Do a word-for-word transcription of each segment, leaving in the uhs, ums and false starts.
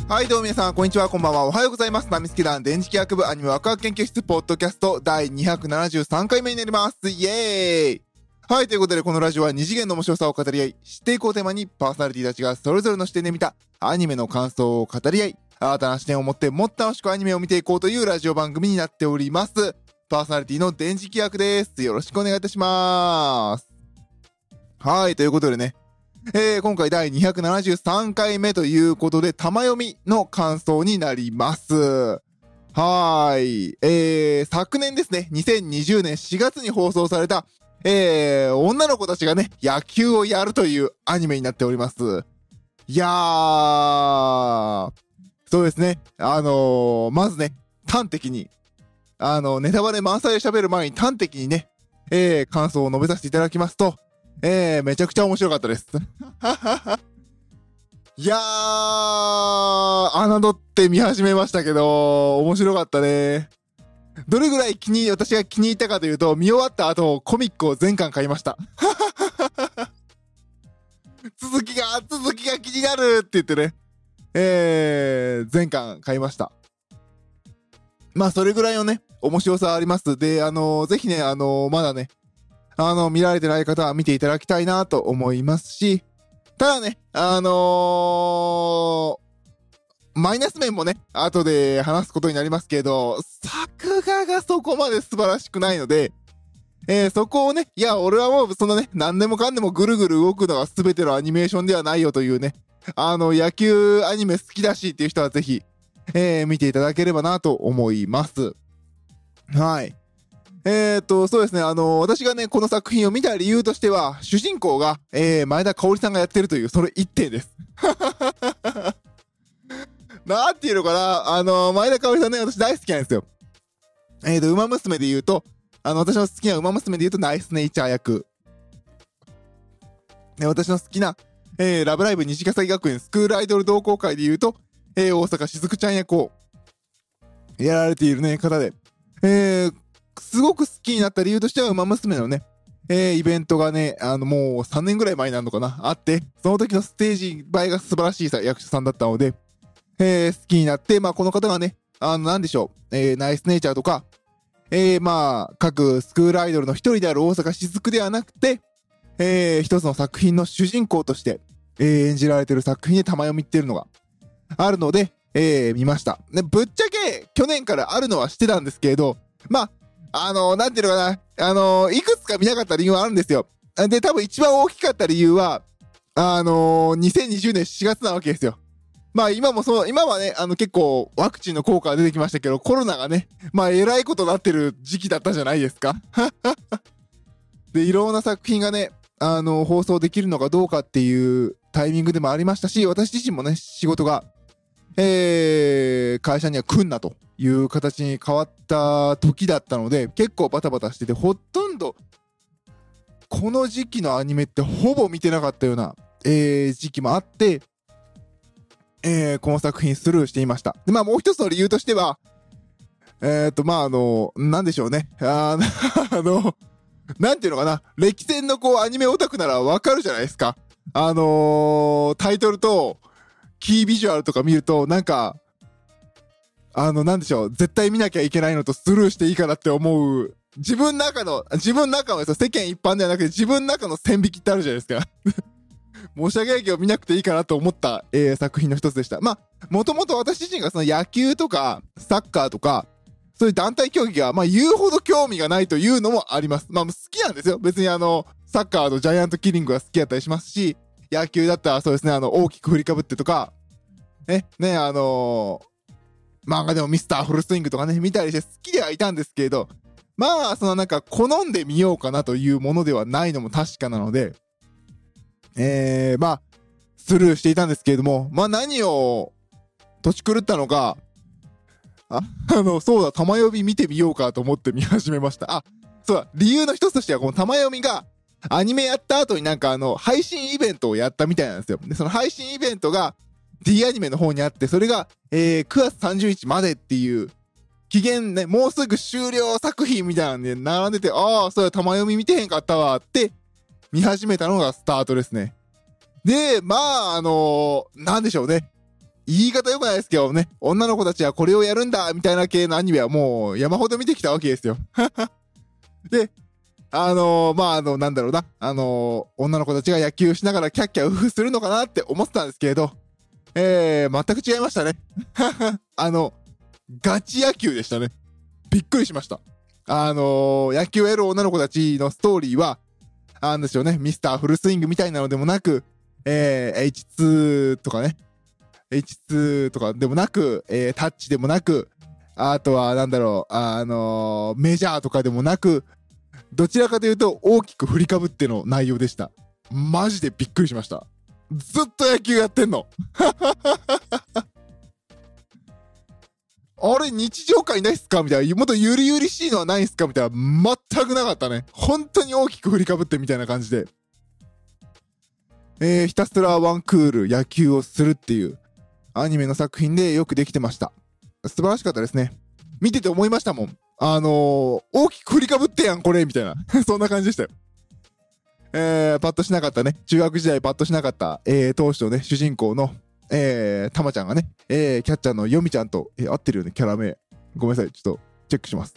はいどうも皆さんこんにちは、こんばんは、おはようございます。ナミスケ団電磁気学部アニメワクワク研究室ポッドキャストだいにひゃくななじゅうさんかいめになります。イエーイ。はい、ということでこのラジオは二次元の面白さを語り合い、知っていこうテーマにパーソナリティたちがそれぞれの視点で見たアニメの感想を語り合い、新たな視点を持ってもっと楽しくアニメを見ていこうというラジオ番組になっております。パーソナリティの電磁気学です。よろしくお願いいたします。はい、ということでね、えー、今回だいにひゃくななじゅうさんかいめということで玉読みの感想になります。はーい、えー、昨年ですね、にせんにじゅうねんしがつに放送された、えー、女の子たちがね野球をやるというアニメになっております。いやー、そうですね、あのー、まずね端的にあのネタバレ満載で喋る前に端的にね、えー、感想を述べさせていただきますと、えー、めちゃくちゃ面白かったです。いやー、侮って見始めましたけど、面白かったね。どれぐらい気に、私が気に入ったかというと、見終わった後、コミックを全巻買いました。続きが、続きが気になるって言ってね、えー、全巻買いました。まあ、それぐらいのね、面白さあります。で、あのー、ぜひね、あのー、まだね、あの、見られてない方は見ていただきたいなと思いますし、ただね、あのー、マイナス面もね、後で話すことになりますけど、作画がそこまで素晴らしくないので、えー、そこをね、いや、俺はもうそのね、何でもかんでもぐるぐる動くのが全てのアニメーションではないよというね、あの、野球アニメ好きだしっていう人はぜひ、えー、見ていただければなと思います。はい。えーと、そうですね、あのー、私がね、この作品を見た理由としては、主人公が、えー、前田香織さんがやってるという、それ一点です。なんていうのかな、あのー、前田香織さんね、私大好きなんですよ。えーと、馬娘で言うと、あの、私の好きな馬娘で言うと、ナイスネイチャー役。ね、私の好きな、えー、ラブライブ西葛西学園スクールアイドル同好会で言うと、えー、大阪しずくちゃん役を、やられているね、方で、えー、すごく好きになった理由としては、馬娘のね、えー、イベントがね、あの、もうさんねんぐらい前になるのかな、あって、その時のステージ映えが素晴らしいさ役者さんだったので、えー、好きになって、まあ、この方がね、あの、なんでしょう、えー、ナイスネイチャーとか、えー、まあ、各スクールアイドルの一人である大阪しずくではなくて、えー、一つの作品の主人公として、えー、演じられてる作品で玉読みっていうのがあるので、えー、見ました。ね、ぶっちゃけ、去年からあるのは知ってたんですけれど、まあ、あのー、なんていうのかな、あのー、いくつか見なかった理由はあるんですよ。で、多分一番大きかった理由は、あのー、にせんにじゅうねんしがつなわけですよ。まあ今もそう、今はね、あの結構ワクチンの効果が出てきましたけど、コロナがね、まあえらいことになってる時期だったじゃないですか。で、いろんな作品がね、あのー、放送できるのかどうかっていうタイミングでもありましたし、私自身もね、仕事が、えー、会社には来んなという形に変わった時だったので、結構バタバタしてて、ほとんどこの時期のアニメってほぼ見てなかったような、えー、時期もあって、えー、この作品スルーしていました。で、まあもう一つの理由としては、えーと、まああの、なんでしょうね。あの、なんていうのかな、歴戦のこうアニメオタクならわかるじゃないですか。あのー、タイトルと、キービジュアルとか見ると、なんか、あの、なんでしょう、絶対見なきゃいけないのとスルーしていいかなって思う、自分の中の、自分の中のですよ、世間一般ではなくて自分の中の線引きってあるじゃないですか。申し訳ないけど見なくていいかなと思った、えー、作品の一つでした。まあ、もともと私自身がその野球とか、サッカーとか、そういう団体競技が、まあ言うほど興味がないというのもあります。まあ好きなんですよ。別にあの、サッカーのジャイアントキリングが好きだったりしますし、野球だったらそうですね、あの、大きく振りかぶってとか、ね、ね、あのー、漫画でもミスターフルスイングとかね、見たりして好きではいたんですけれど、まあ、そのなんか、好んでみようかなというものではないのも確かなので、えー、まあ、スルーしていたんですけれども、まあ何を、土地狂ったのか、あ、あの、そうだ、玉読み見てみようかと思って見始めました。あ、そうだ、理由の一つとしては、この玉読みが、アニメやった後になんかあの、配信イベントをやったみたいなんですよ。で、その配信イベントが D アニメの方にあって、それが、えー、くがつさんじゅうにちまでっていう、期限ね、もうすぐ終了作品みたいなんで並んでて、ああ、そうや、玉読み見てへんかったわって見始めたのがスタートですね。で、まあ、あのー、なんでしょうね。 言い方良くないですけどね、女の子たちはこれをやるんだみたいな系のアニメはもう山ほど見てきたわけですよ。で、あのー、まあ、あの、なんだろうな、あのー、女の子たちが野球しながらキャッキャウフするのかなって思ってたんですけれど、えー、全く違いましたね。あの、ガチ野球でしたね。びっくりしました。あのー、野球をやる女の子たちのストーリーは、あんですよね、ミスターフルスイングみたいなのでもなく、えー、エイチツー とかね、エイチツー とかでもなく、えー、タッチでもなく、あとはなんだろう、あのー、メジャーとかでもなく、どちらかというと大きく振りかぶっての内容でした。マジでびっくりしました。ずっと野球やってんの。あれ日常会ないっすかみたいな。もっとゆりゆりしいのはないっすかみたいな。全くなかったね。本当に大きく振りかぶってみたいな感じで。えー、ひたすらワンクール野球をするっていうアニメの作品でよくできてました。素晴らしかったですね。見てて思いましたもん。あのー、大きく振りかぶってやんこれみたいな。そんな感じでしたよ。えー、パッとしなかったね。中学時代パッとしなかった、えー、当時のね、主人公のえー、たまちゃんがね、えー、キャッチャーのよみちゃんと、えー、合ってるよね、キャラ名。ごめんなさい、ちょっとチェックします。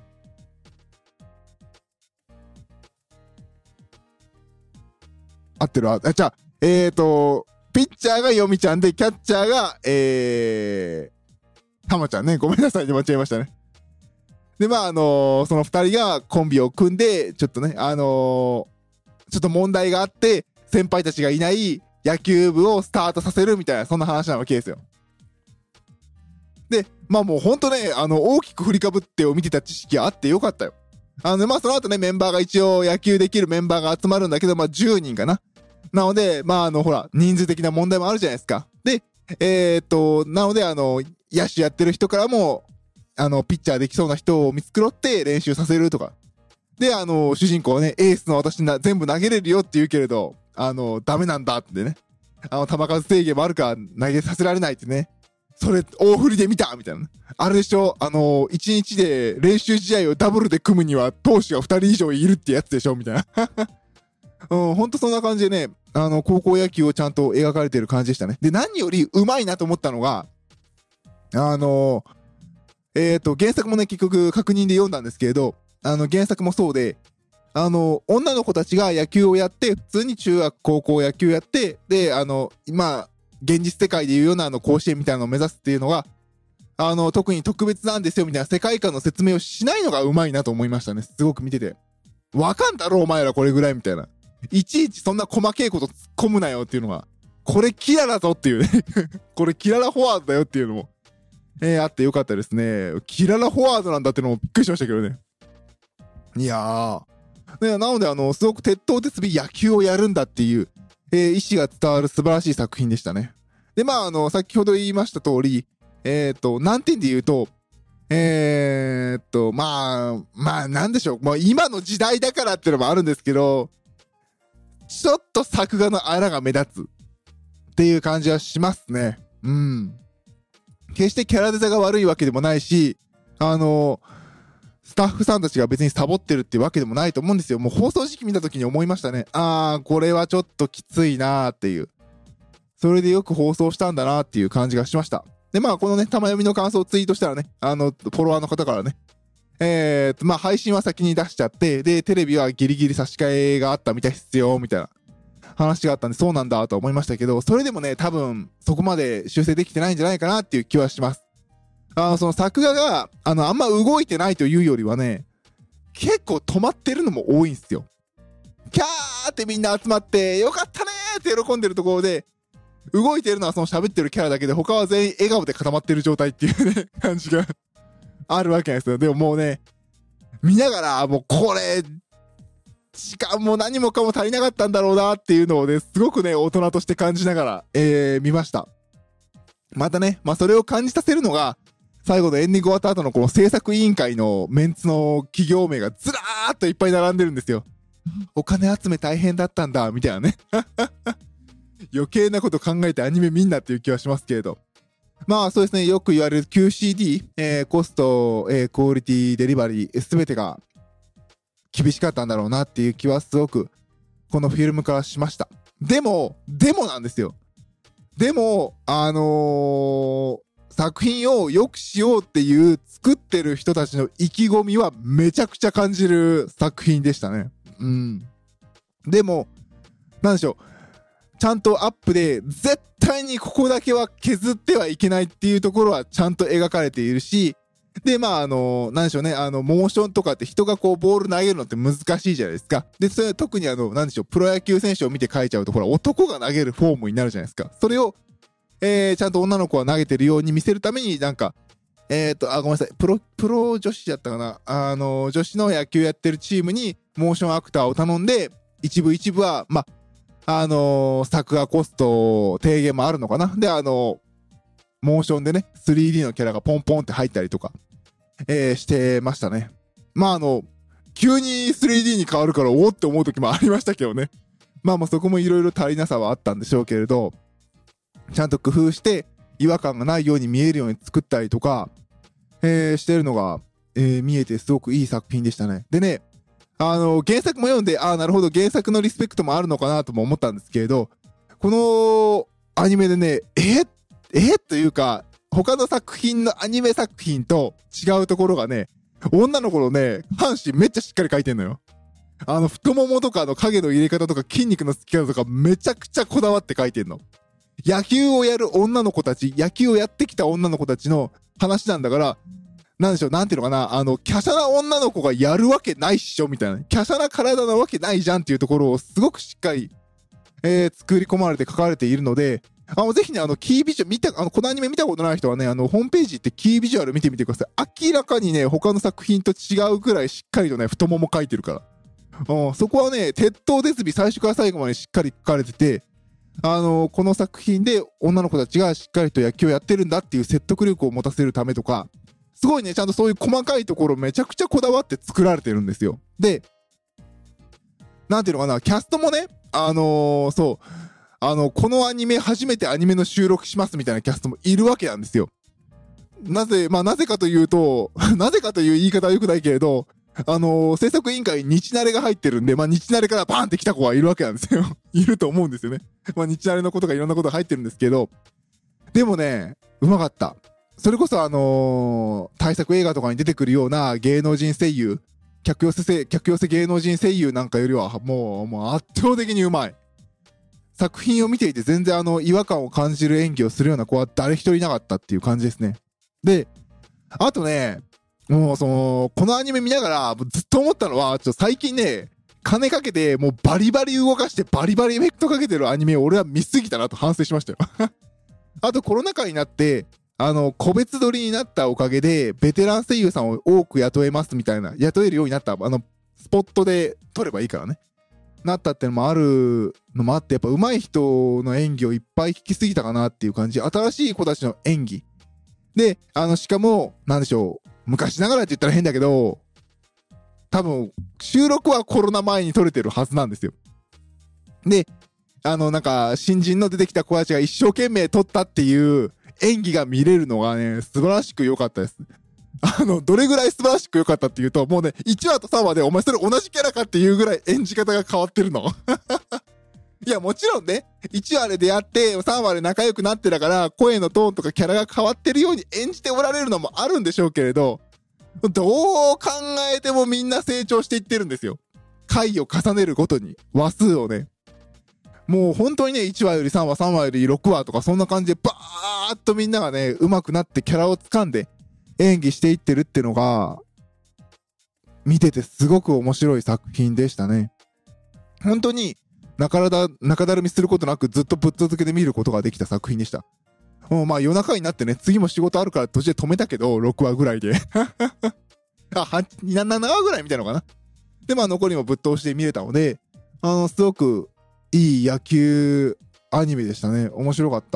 合ってるあ、じゃあ、えーと、ピッチャーがよみちゃんで、キャッチャーが、えー、たまちゃんね。ごめんなさい、間違えましたね。で、まあ、あのー、その二人がコンビを組んで、ちょっとね、あのー、ちょっと問題があって、先輩たちがいない野球部をスタートさせるみたいな、そんな話なわけですよ。で、まあもうほんとね、あの、大きく振りかぶってを見てた知識あってよかったよ。あの、まあその後ね、メンバーが一応野球できるメンバーが集まるんだけど、まあじゅうにんかな。なので、まああの、ほら、人数的な問題もあるじゃないですか。で、えー、っと、なので、あの、野手やってる人からも、あの、ピッチャーできそうな人を見繕って練習させるとか。で、あの、主人公はね、エースの私な、全部投げれるよって言うけれど、あの、ダメなんだってね。あの、球数制限もあるから投げさせられないってね。それ、大振りで見たみたいな。あれでしょ、あの、一日で練習試合をダブルで組むには、投手がふたり以上いるってやつでしょみたいな。うん、ほんとそんな感じでね、あの、高校野球をちゃんと描かれてる感じでしたね。で、何より上手いなと思ったのが、あの、えっと、原作もね、結局確認で読んだんですけれど、あの、原作もそうで、あの、女の子たちが野球をやって、普通に中学、高校野球やって、で、あの、今、現実世界でいうようなあの甲子園みたいなのを目指すっていうのが、あの、特に特別なんですよみたいな世界観の説明をしないのがうまいなと思いましたね。すごく見てて。わかんだろお前らこれぐらいみたいな。いちいちそんな細けいこと突っ込むなよっていうのが、これキララぞっていうね。これキララフォワードだよっていうのも、えー、あってよかったですね。キララフォワードなんだってのもびっくりしましたけどね。いやー。ね、なので、あの、すごく鉄頭鉄尾野球をやるんだっていう、えー、意思が伝わる素晴らしい作品でしたね。で、まあ、あの、先ほど言いました通り、えっと、難点で言うと、えー、っと、まあ、まあ、なんでしょう。まあ、今の時代だからっていうのもあるんですけど、ちょっと作画の荒が目立つっていう感じはしますね。うん。決してキャラデザが悪いわけでもないし、あの、スタッフさんたちが別にサボってるっていうわけでもないと思うんですよ。もう放送時期見た時に思いましたね。あー、これはちょっときついなーっていう。それでよく放送したんだなーっていう感じがしました。で、まあ、このね、玉読みの感想をツイートしたらね、あの、フォロワーの方からね、えーと、まあ、配信は先に出しちゃって、で、テレビはギリギリ差し替えがあったみたいっすよ、みたいな話があったんで、そうなんだと思いましたけど、それでもね、多分、そこまで修正できてないんじゃないかなっていう気はします。あの、その作画が、あの、あんま動いてないというよりはね、結構止まってるのも多いんすよ。キャーってみんな集まって、よかったねーって喜んでるところで、動いてるのはその喋ってるキャラだけで、他は全員笑顔で固まってる状態っていうね、感じがあるわけなんですよ。でももうね、見ながら、もうこれ、時間も何もかも足りなかったんだろうなっていうのをね、すごくね、大人として感じながら、えー、見ました。またね、まあそれを感じさせるのが、最後のエンディング終わった後のこの制作委員会のメンツの企業名がずらーっといっぱい並んでるんですよ。お金集め大変だったんだ、みたいなね。余計なこと考えてアニメ見んなっていう気はしますけれど。まあそうですね、よく言われる キューシーディー、えー、コスト、えー、クオリティ、デリバリー、すべてが厳しかったんだろうなっていう気はすごく、このフィルムからしました。でも、でもなんですよ。 でも、あのー、作品を良くしようっていう作ってる人たちの意気込みはめちゃくちゃ感じる作品でしたね。うん。でも、なんでしょう。ちゃんとアップで絶対にここだけは削ってはいけないっていうところはちゃんと描かれているし、で、まあ、あの、なんでしょうね、あの、モーションとかって人がこう、ボール投げるのって難しいじゃないですか。で、それは特にあの、なんでしょう、プロ野球選手を見て書いちゃうと、ほら、男が投げるフォームになるじゃないですか。それを、えー、ちゃんと女の子は投げてるように見せるために、なんか、えーと、あ、ごめんなさい、プロ、プロ女子だったかな。あの、女子の野球やってるチームに、モーションアクターを頼んで、一部一部は、まあ、あのー、作画コスト低減もあるのかな。で、あのー、モーションでね、スリーディー のキャラがポンポンって入ったりとか、えー、してましたね。まあ、あの、急に スリーディー に変わるからおおって思う時もありましたけどね。まあまあそこもいろいろ足りなさはあったんでしょうけれど、ちゃんと工夫して違和感がないように見えるように作ったりとか、えー、してるのが、えー、見えてすごくいい作品でしたね。でね、あの、原作も読んで、ああ、なるほど、原作のリスペクトもあるのかなとも思ったんですけれど、このアニメでね、ええというか、他の作品のアニメ作品と違うところがね、女の子のね、半身めっちゃしっかり描いてんのよ。あの、太ももとかの影の入れ方とか筋肉のつき方とかめちゃくちゃこだわって描いてんの。野球をやる女の子たち、野球をやってきた女の子たちの話なんだから、なんでしょう、なんていうのかな、あの、華奢な女の子がやるわけないっしょ、みたいな。華奢な体なわけないじゃんっていうところをすごくしっかり、えー、作り込まれて書かれているので、あの、ぜひね、あの、キービジュアル、見た、あの、このアニメ見たことない人はね、あの、ホームページ行ってキービジュアル見てみてください。明らかにね、他の作品と違うくらいしっかりとね、太もも書いてるから。うん、そこはね、鉄頭鉄尾最初から最後までしっかり書かれてて、あのー、この作品で女の子たちがしっかりと野球をやってるんだっていう説得力を持たせるためとか、すごいね、ちゃんとそういう細かいところめちゃくちゃこだわって作られてるんですよ。で、なんていうのかな、キャストもね、あのー、そう、あの、このアニメ初めてアニメの収録しますみたいなキャストもいるわけなんですよ。なぜ、まあなぜかというと、なぜかという言い方は良くないけれど、あのー、制作委員会に日慣れが入ってるんで、まあ日慣れからバーンって来た子はいるわけなんですよ。いると思うんですよね。まあ日慣れのことがいろんなことが入ってるんですけど、でもね、うまかった。それこそあのー、大作映画とかに出てくるような芸能人声優、客寄せ、客寄せ芸能人声優なんかよりはもう、もう圧倒的にうまい。作品を見ていて全然あの違和感を感じる演技をするような子は誰一人いなかったっていう感じですね。で、あとね、もうその、このアニメ見ながらずっと思ったのは、ちょっと最近ね、金かけてもうバリバリ動かしてバリバリエフェクトかけてるアニメを俺は見すぎたなと反省しましたよ。あとコロナ禍になって、あの、個別撮りになったおかげで、ベテラン声優さんを多く雇えますみたいな、雇えるようになった、あの、スポットで撮ればいいからね。なったってのもあるのもあって、やっぱ上手い人の演技をいっぱい聞きすぎたかなっていう感じ。新しい子たちの演技。で、あの、しかも、なんでしょう。昔ながらって言ったら変だけど、多分、収録はコロナ前に撮れてるはずなんですよ。で、あの、なんか、新人の出てきた子たちが一生懸命撮ったっていう演技が見れるのがね、素晴らしく良かったです。あの、どれぐらい素晴らしく良かったっていうと、もうね、いちわとさんわでお前それ同じキャラかっていうぐらい演じ方が変わってるの。いや、もちろんね、いちわで出会ってさんわで仲良くなってだから、声のトーンとかキャラが変わってるように演じておられるのもあるんでしょうけれど、どう考えてもみんな成長していってるんですよ。回を重ねるごとに、話数をね。もう本当にね、いちわよりさんわ、さんわよりろくわとかそんな感じでバーッとみんながね、上手くなってキャラを掴んで演技していってるってのが、見ててすごく面白い作品でしたね。本当に中だ、中だるみすることなくずっとぶっ続けて見ることができた作品でした。もうまあ夜中になってね、次も仕事あるから途中で止めたけど、ろくわぐらいで。あ、はち、ななわぐらいみたいなのかな。で、まあ残りもぶっ通しで見れたので、あの、すごくいい野球アニメでしたね。面白かった。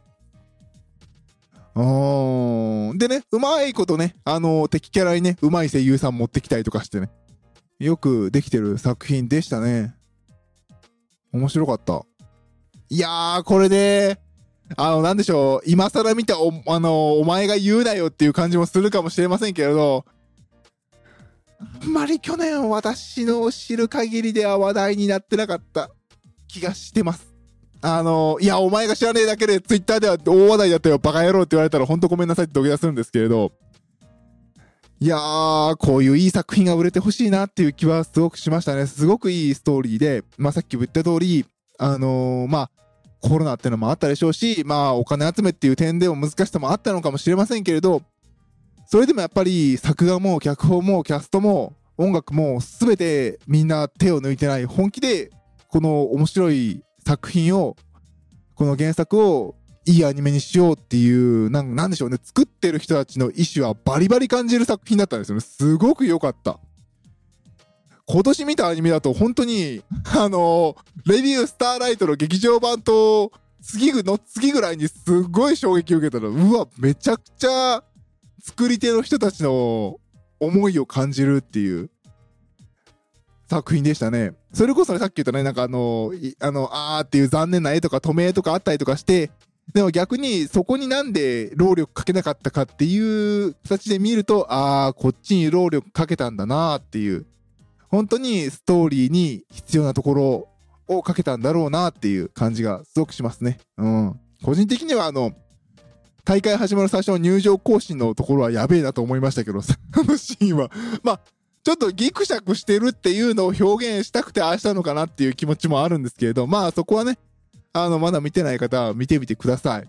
あーでね、うまいことね、あのー、敵キャラにね、うまい声優さん持ってきたりとかしてね、よくできてる作品でしたね。面白かった。いやー、これで、あの、なんでしょう、今更見たお、あのー、お前が言うなよっていう感じもするかもしれませんけれど、あんまり去年私の知る限りでは話題になってなかった気がしてます。 あのいやお前が知らねえだけでツイッターでは大話題だったよバカ野郎って言われたらほんとごめんなさいって土下座するんですけれど、いやーこういういい作品が売れてほしいなっていう気はすごくしましたね。すごくいいストーリーで、まあさっき言った通りあのー、まあコロナってのもあったでしょうし、まあお金集めっていう点でも難しさもあったのかもしれませんけれど、それでもやっぱり作画も脚本もキャストも音楽も全てみんな手を抜いてない本気でこの面白い作品を、この原作をいいアニメにしようっていう、なん、なんでしょうね、作ってる人たちの意思はバリバリ感じる作品だったんですよね。すごく良かった。今年見たアニメだと本当にあのー、レビュースターライトの劇場版と次の次ぐらいにすごい衝撃を受けたの。うわ、めちゃくちゃ作り手の人たちの思いを感じるっていう作品でしたね。それこそね、さっき言ったね、なんかあのー、あのあーっていう残念な絵とか止め絵とかあったりとかして、でも逆にそこになんで労力かけなかったかっていう形で見ると、あーこっちに労力かけたんだなーっていう、本当にストーリーに必要なところをかけたんだろうなっていう感じがすごくしますね。うん。個人的にはあの大会始まる最初の入場行進のところはやべえなと思いましたけど、あのシーンはまあちょっとギクシャクしてるっていうのを表現したくてああしたのかなっていう気持ちもあるんですけれど、まあそこはね、あのまだ見てない方は見てみてください。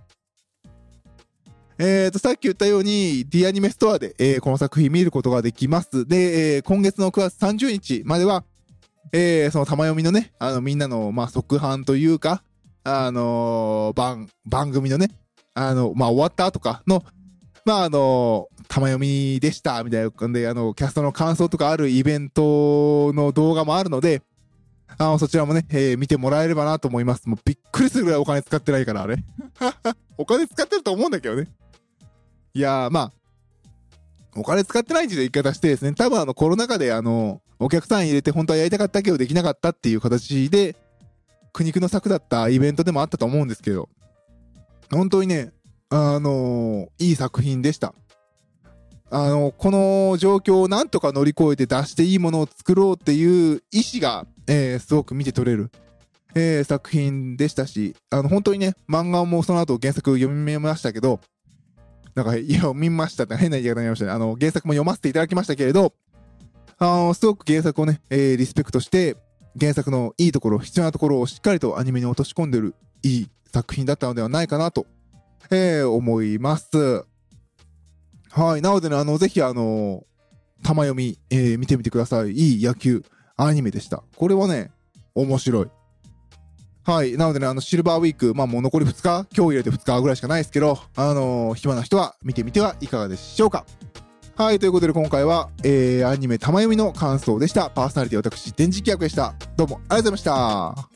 えーとさっき言ったように D アニメストアで、えー、この作品見ることができます。で、えー、今月のくがつさんじゅうにちまでは、えー、その玉読みのね、あのみんなのまあ側販というか、あのー、番番組のね、あのまあ終わった後かのまああの玉読みでしたみたいな感じで、あのキャストの感想とかあるイベントの動画もあるので、あのそちらもね、えー、見てもらえればなと思います。もうびっくりするぐらいお金使ってないからあれお金使ってると思うんだけどね。いやーまあお金使ってないっていう言い方してですね、多分あのコロナ禍であのお客さん入れて本当はやりたかったけどできなかったっていう形で苦肉の策だったイベントでもあったと思うんですけど、本当にね、あのー、いい作品でした。あのこの状況をなんとか乗り越えて出していいものを作ろうっていう意志が、えー、すごく見て取れる、えー、作品でしたし、あの本当にね、漫画もその後原作読みましたけど、なんか、いや、読みましたって変な言い方になりましたね。あの、原作も読ませていただきましたけれど、あの、すごく原作をね、えー、リスペクトして、原作のいいところ、必要なところをしっかりとアニメに落とし込んでるいい作品だったのではないかなと、えー、思います。はい。なのでね、あの、ぜひ、あの、玉読み、えー、見てみてください。いい野球アニメでした。これはね、面白い。はい。なのでね、あの、シルバーウィーク、まあもう残りふつか、今日入れてふつかぐらいしかないですけど、あのー、暇な人は見てみてはいかがでしょうか。はい。ということで今回は、えー、アニメ玉読みの感想でした。パーソナリティ私、電磁気役でした。どうもありがとうございました。